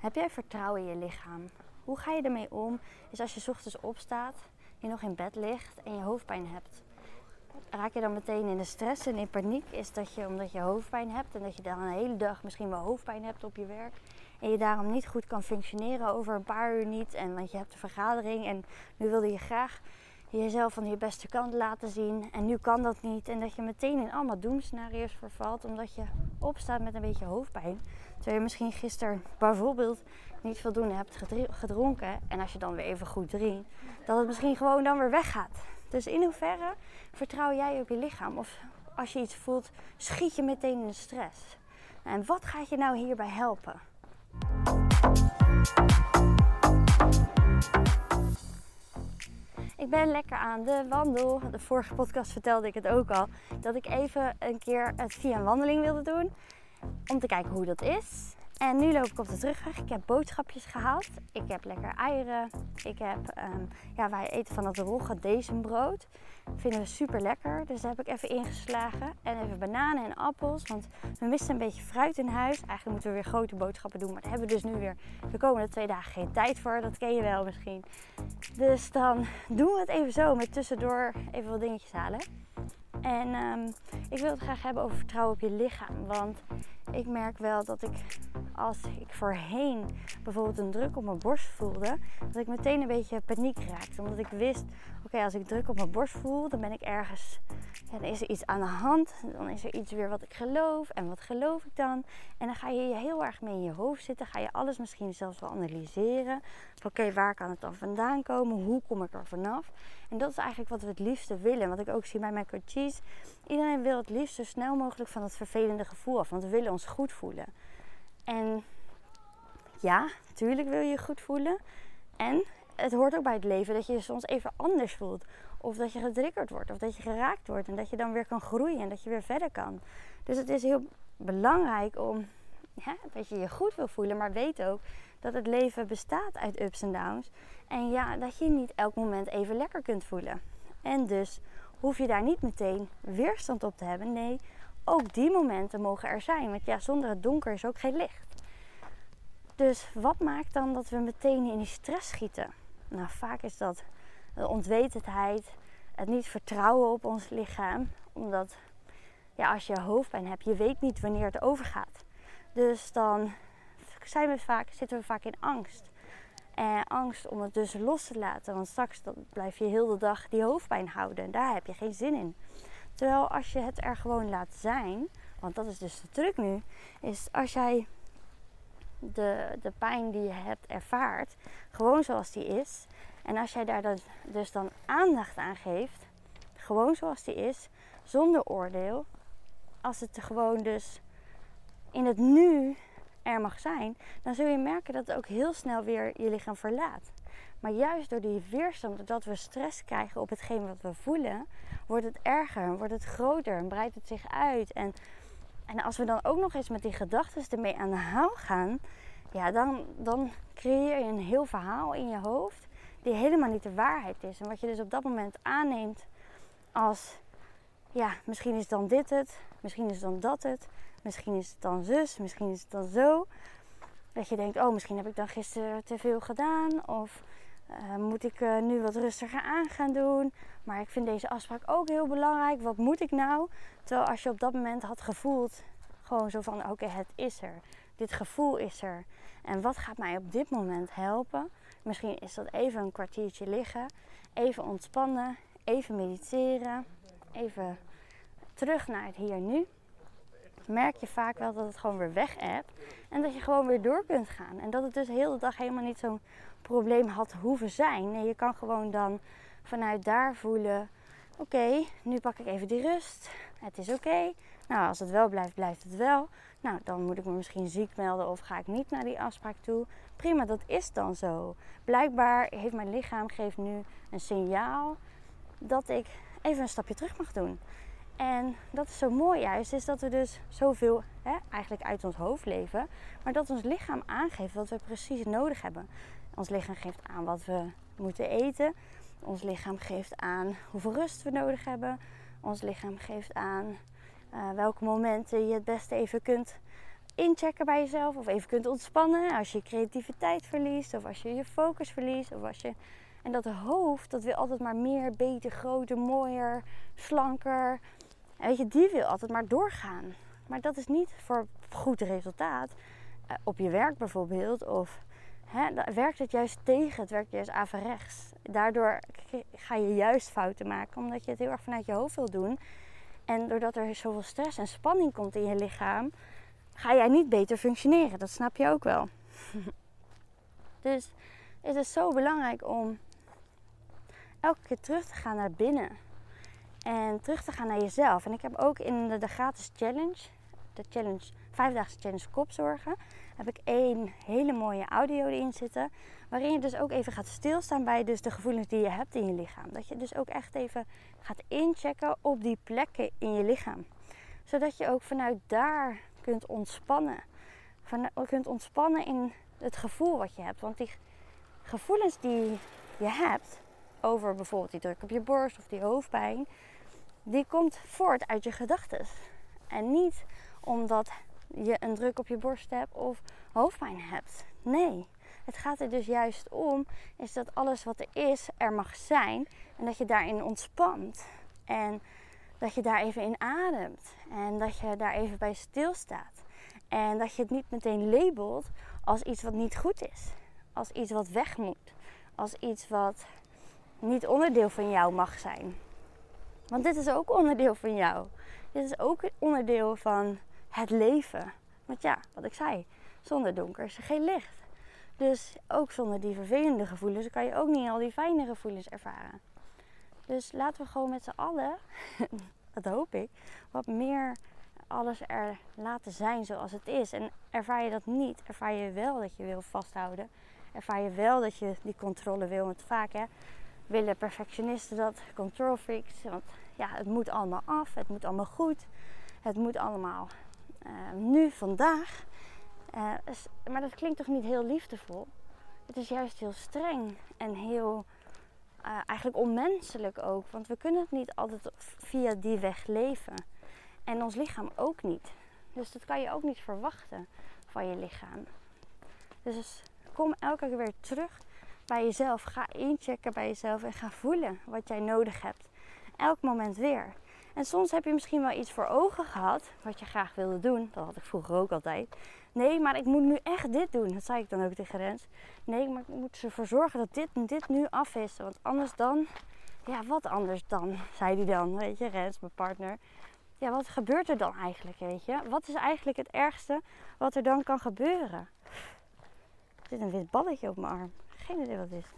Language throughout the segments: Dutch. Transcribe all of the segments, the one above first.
Heb jij vertrouwen in je lichaam? Hoe ga je ermee om? Is als je 's ochtends opstaat, je nog in bed ligt en je hoofdpijn hebt. Raak je dan meteen in de stress en in paniek? Is dat omdat je hoofdpijn hebt en dat je dan een hele dag misschien wel hoofdpijn hebt op je werk. En je daarom niet goed kan functioneren over een paar uur niet. En want je hebt een vergadering en nu wilde je graag jezelf van je beste kant laten zien. En nu kan dat niet. En dat je meteen in allemaal doemscenario's vervalt omdat je opstaat met een beetje hoofdpijn. Terwijl je misschien gisteren bijvoorbeeld niet voldoende hebt gedronken. En als je dan weer even goed drinkt, dat het misschien gewoon dan weer weggaat. Dus in hoeverre vertrouw jij op je lichaam? Of als je iets voelt, schiet je meteen in de stress? En wat gaat je nou hierbij helpen? Ik ben lekker aan de wandel. De vorige podcast vertelde ik het ook al. Dat ik even een keer het via een wandeling wilde doen. Om te kijken hoe dat is. En nu loop ik op de terugweg. Ik heb boodschapjes gehaald. Ik heb lekker eieren. Ik heb, wij eten van dat rogge bezembrood. Vinden we super lekker. Dus daar heb ik even ingeslagen. En even bananen en appels. Want we missen een beetje fruit in huis. Eigenlijk moeten we weer grote boodschappen doen. Maar daar hebben we dus nu weer de komende 2 dagen geen tijd voor. Dat ken je wel misschien. Dus dan doen we het even zo. Met tussendoor even wat dingetjes halen. En ik wil het graag hebben over vertrouwen op je lichaam. Want ik merk wel dat als ik voorheen bijvoorbeeld een druk op mijn borst voelde, dat ik meteen een beetje paniek raakte. Omdat ik wist, oké, als ik druk op mijn borst voel, dan ben ik ergens, dan is er iets aan de hand. Dan is er iets weer wat ik geloof. En wat geloof ik dan? En dan ga je heel erg mee in je hoofd zitten. Ga je alles misschien zelfs wel analyseren. Oké, waar kan het dan vandaan komen? Hoe kom ik er vanaf? En dat is eigenlijk wat we het liefste willen. Wat ik ook zie bij mijn coaches. Iedereen wil het liefst zo snel mogelijk van dat vervelende gevoel af. Want we willen ons goed voelen. En ja, natuurlijk wil je je goed voelen. En het hoort ook bij het leven dat je je soms even anders voelt. Of dat je getriggerd wordt. Of dat je geraakt wordt. En dat je dan weer kan groeien. En dat je weer verder kan. Dus het is heel belangrijk dat je je goed wil voelen. Maar weet ook dat het leven bestaat uit ups en downs. En ja, dat je niet elk moment even lekker kunt voelen. En dus hoef je daar niet meteen weerstand op te hebben. Nee, ook die momenten mogen er zijn. Want ja, zonder het donker is ook geen licht. Dus wat maakt dan dat we meteen in die stress schieten? Nou, vaak is dat de onwetendheid, het niet vertrouwen op ons lichaam. Omdat als je hoofdpijn hebt, je weet niet wanneer het overgaat. Dus dan zitten we vaak in angst. En angst om het dus los te laten. Want straks blijf je heel de dag die hoofdpijn houden. En daar heb je geen zin in. Terwijl als je het er gewoon laat zijn. Want dat is dus de truc nu. Is als jij de pijn die je hebt ervaart. Gewoon zoals die is. En als jij daar dus dan aandacht aan geeft. Gewoon zoals die is. Zonder oordeel. Als het gewoon dus in het nu er mag zijn, dan zul je merken dat het ook heel snel weer je lichaam verlaat. Maar juist door die weerstand, doordat we stress krijgen op hetgeen wat we voelen, wordt het erger, wordt het groter en breidt het zich uit. En als we dan ook nog eens met die gedachten ermee aan de haal gaan, dan creëer je een heel verhaal in je hoofd die helemaal niet de waarheid is. En wat je dus op dat moment aanneemt als, misschien is dan dit het, misschien is dan dat het. Misschien is het dan zus, misschien is het dan zo. Dat je denkt, misschien heb ik dan gisteren te veel gedaan. Of moet ik nu wat rustiger aan gaan doen. Maar ik vind deze afspraak ook heel belangrijk. Wat moet ik nou? Terwijl als je op dat moment had gevoeld, gewoon zo van, oké, het is er. Dit gevoel is er. En wat gaat mij op dit moment helpen? Misschien is dat even een kwartiertje liggen. Even ontspannen. Even mediteren. Even terug naar het hier en nu. Merk je vaak wel dat het gewoon weer weg hebt. En dat je gewoon weer door kunt gaan. En dat het dus de hele dag helemaal niet zo'n probleem had hoeven zijn. Nee, je kan gewoon dan vanuit daar voelen. Oké, nu pak ik even die rust. Het is oké. Nou, als het wel blijft, blijft het wel. Nou, dan moet ik me misschien ziek melden of ga ik niet naar die afspraak toe. Prima, dat is dan zo. Blijkbaar heeft mijn lichaam geeft nu een signaal dat ik even een stapje terug mag doen. En dat is zo mooi juist, is dat we dus zoveel eigenlijk uit ons hoofd leven. Maar dat ons lichaam aangeeft wat we precies nodig hebben. Ons lichaam geeft aan wat we moeten eten. Ons lichaam geeft aan hoeveel rust we nodig hebben. Ons lichaam geeft aan welke momenten je het beste even kunt inchecken bij jezelf. Of even kunt ontspannen als je je creativiteit verliest. Of als je je focus verliest. Of als je... En dat hoofd, dat wil altijd maar meer, beter, groter, mooier, slanker. En weet je, die wil altijd maar doorgaan. Maar dat is niet voor goed resultaat. Op je werk bijvoorbeeld. Of werkt het juist tegen, het werkt juist averechts. Daardoor ga je juist fouten maken. Omdat je het heel erg vanuit je hoofd wil doen. En doordat er zoveel stress en spanning komt in je lichaam, ga jij niet beter functioneren. Dat snap je ook wel. Dus het is zo belangrijk om elke keer terug te gaan naar binnen. En terug te gaan naar jezelf. En ik heb ook in de gratis challenge, de challenge 5-daagse challenge kopzorgen, heb ik 1 hele mooie audio erin zitten. Waarin je dus ook even gaat stilstaan bij dus de gevoelens die je hebt in je lichaam. Dat je dus ook echt even gaat inchecken op die plekken in je lichaam. Zodat je ook vanuit daar kunt ontspannen. Kunt ontspannen in het gevoel wat je hebt. Want die gevoelens die je hebt over bijvoorbeeld die druk op je borst of die hoofdpijn, die komt voort uit je gedachten. En niet omdat je een druk op je borst hebt of hoofdpijn hebt. Nee, het gaat er dus juist om is dat alles wat er is, er mag zijn. En dat je daarin ontspant. En dat je daar even in ademt. En dat je daar even bij stilstaat. En dat je het niet meteen labelt als iets wat niet goed is. Als iets wat weg moet. Als iets wat niet onderdeel van jou mag zijn. Want dit is ook onderdeel van jou. Dit is ook onderdeel van het leven. Want ja, wat ik zei, zonder donker is er geen licht. Dus ook zonder die vervelende gevoelens kan je ook niet al die fijne gevoelens ervaren. Dus laten we gewoon met z'n allen, dat hoop ik, wat meer alles er laten zijn zoals het is. En ervaar je dat niet, ervaar je wel dat je wil vasthouden. Ervaar je wel dat je die controle wil. Want vaak willen perfectionisten dat, control freaks. Want ja, het moet allemaal af, het moet allemaal goed. Het moet allemaal nu, vandaag. Maar dat klinkt toch niet heel liefdevol? Het is juist heel streng en heel eigenlijk onmenselijk ook. Want we kunnen het niet altijd via die weg leven. En ons lichaam ook niet. Dus dat kan je ook niet verwachten van je lichaam. Dus kom elke keer weer terug bij jezelf. Ga inchecken bij jezelf en ga voelen wat jij nodig hebt. Elk moment weer. En soms heb je misschien wel iets voor ogen gehad wat je graag wilde doen. Dat had ik vroeger ook altijd. Nee, maar ik moet nu echt dit doen. Dat zei ik dan ook tegen Rens. Nee, maar ik moet ervoor zorgen dat dit en dit nu af is. Want anders dan... Ja, wat anders dan? Zei hij dan. Weet je, Rens, mijn partner. Ja, wat gebeurt er dan eigenlijk, weet je? Wat is eigenlijk het ergste wat er dan kan gebeuren? Er zit een wit balletje op mijn arm. Geen idee wat het is.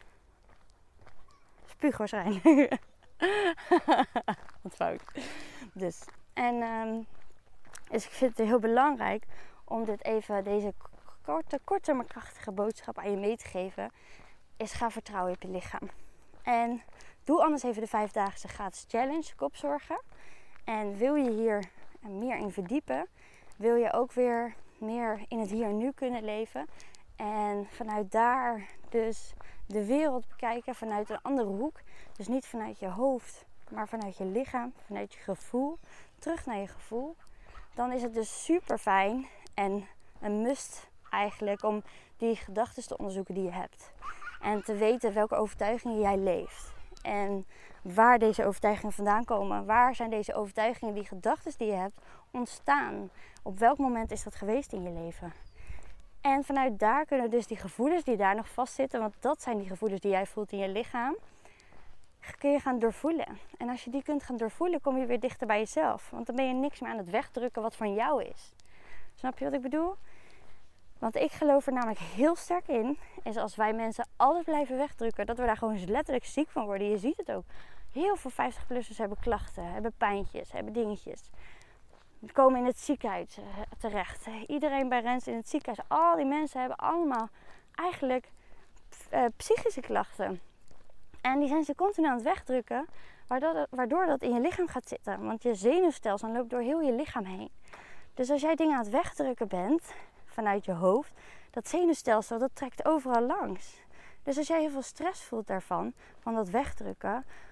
Spuug waarschijnlijk. Wat fout. Dus. Dus ik vind het heel belangrijk om deze korte maar krachtige boodschap aan je mee te geven. Is ga vertrouwen op je lichaam. En doe anders even de 5-daagse gratis challenge kopzorgen. En wil je hier meer in verdiepen, wil je ook weer meer in het hier en nu kunnen leven. En vanuit daar dus de wereld bekijken vanuit een andere hoek. Dus niet vanuit je hoofd, maar vanuit je lichaam, vanuit je gevoel. Terug naar je gevoel. Dan is het dus super fijn en een must eigenlijk om die gedachten te onderzoeken die je hebt. En te weten welke overtuigingen jij leeft. En waar deze overtuigingen vandaan komen. Waar zijn deze overtuigingen, die gedachten die je hebt, ontstaan? Op welk moment is dat geweest in je leven? En vanuit daar kunnen dus die gevoelens die daar nog vastzitten, want dat zijn die gevoelens die jij voelt in je lichaam, kun je gaan doorvoelen. En als je die kunt gaan doorvoelen, kom je weer dichter bij jezelf. Want dan ben je niks meer aan het wegdrukken wat van jou is. Snap je wat ik bedoel? Want ik geloof er namelijk heel sterk in, is als wij mensen altijd blijven wegdrukken, dat we daar gewoon letterlijk ziek van worden. Je ziet het ook. Heel veel 50-plussers hebben klachten, hebben pijntjes, hebben dingetjes. Komen in het ziekenhuis terecht. Iedereen bij Rens in het ziekenhuis. Al die mensen hebben allemaal eigenlijk psychische klachten. En die zijn ze continu aan het wegdrukken. Waardoor dat in je lichaam gaat zitten. Want je zenuwstelsel loopt door heel je lichaam heen. Dus als jij dingen aan het wegdrukken bent vanuit je hoofd. Dat zenuwstelsel dat trekt overal langs. Dus als jij heel veel stress voelt daarvan. Van dat wegdrukken.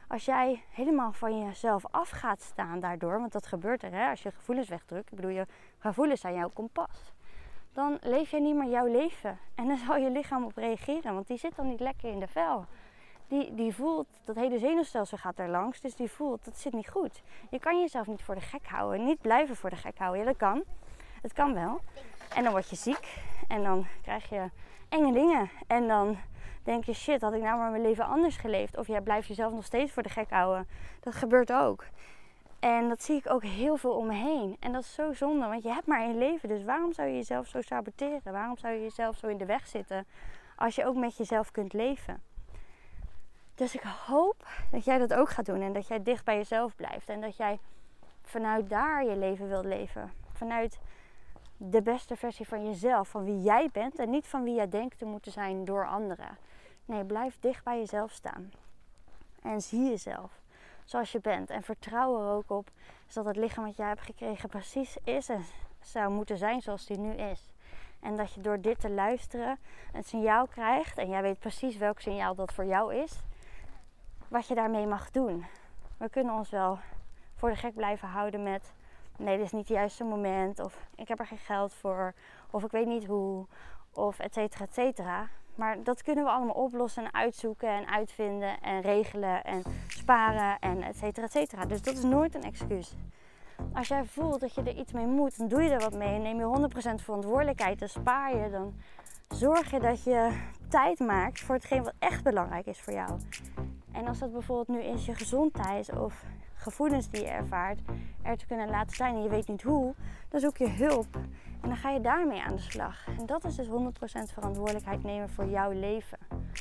Als jij helemaal van jezelf af gaat staan daardoor, want dat gebeurt er, hè, als je gevoelens wegdrukt. Ik bedoel, je gevoelens zijn jouw kompas. Dan leef je niet meer jouw leven. En dan zal je lichaam op reageren, want die zit dan niet lekker in de vel. Die voelt, dat hele zenuwstelsel gaat er langs, dus die voelt, dat zit niet goed. Je kan jezelf niet voor de gek houden, niet blijven voor de gek houden. Ja, dat kan. Het kan wel. En dan word je ziek en dan krijg je enge dingen. En dan denk je, shit, had ik nou maar mijn leven anders geleefd? Of jij blijft jezelf nog steeds voor de gek houden. Dat gebeurt ook. En dat zie ik ook heel veel om me heen. En dat is zo zonde, want je hebt maar één leven. Dus waarom zou je jezelf zo saboteren? Waarom zou je jezelf zo in de weg zitten als je ook met jezelf kunt leven? Dus ik hoop dat jij dat ook gaat doen. En dat jij dicht bij jezelf blijft. En dat jij vanuit daar je leven wilt leven. Vanuit de beste versie van jezelf. Van wie jij bent. En niet van wie jij denkt te moeten zijn door anderen. Nee, blijf dicht bij jezelf staan. En zie jezelf zoals je bent. En vertrouw er ook op dat het lichaam wat jij hebt gekregen precies is en zou moeten zijn zoals die nu is. En dat je door dit te luisteren een signaal krijgt. En jij weet precies welk signaal dat voor jou is. Wat je daarmee mag doen. We kunnen ons wel voor de gek blijven houden met... Nee, dit is niet het juiste moment. Of ik heb er geen geld voor. Of ik weet niet hoe. Of et cetera, et cetera. Maar dat kunnen we allemaal oplossen en uitzoeken en uitvinden en regelen en sparen en et cetera, et cetera. Dus dat is nooit een excuus. Als jij voelt dat je er iets mee moet, dan doe je er wat mee en neem je 100% verantwoordelijkheid. Dan spaar je, dan zorg je dat je tijd maakt voor hetgeen wat echt belangrijk is voor jou. En als dat bijvoorbeeld nu is je gezondheid of gevoelens die je ervaart, er te kunnen laten zijn en je weet niet hoe, dan zoek je hulp. En dan ga je daarmee aan de slag. En dat is dus 100% verantwoordelijkheid nemen voor jouw leven.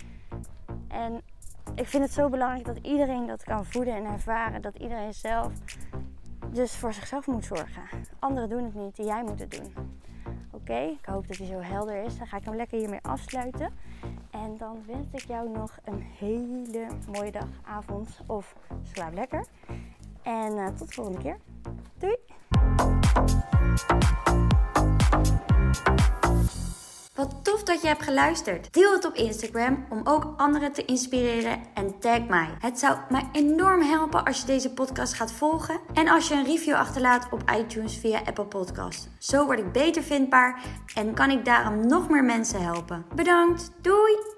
En ik vind het zo belangrijk dat iedereen dat kan voeden en ervaren. Dat iedereen zelf dus voor zichzelf moet zorgen. Anderen doen het niet, jij moet het doen. Oké, ik hoop dat hij zo helder is. Dan ga ik hem lekker hiermee afsluiten. En dan wens ik jou nog een hele mooie dag, avond of slaap lekker. En tot de volgende keer. Doei! Wat tof dat je hebt geluisterd. Deel het op Instagram om ook anderen te inspireren en tag mij. Het zou mij enorm helpen als je deze podcast gaat volgen. En als je een review achterlaat op iTunes via Apple Podcasts. Zo word ik beter vindbaar en kan ik daarom nog meer mensen helpen. Bedankt, doei!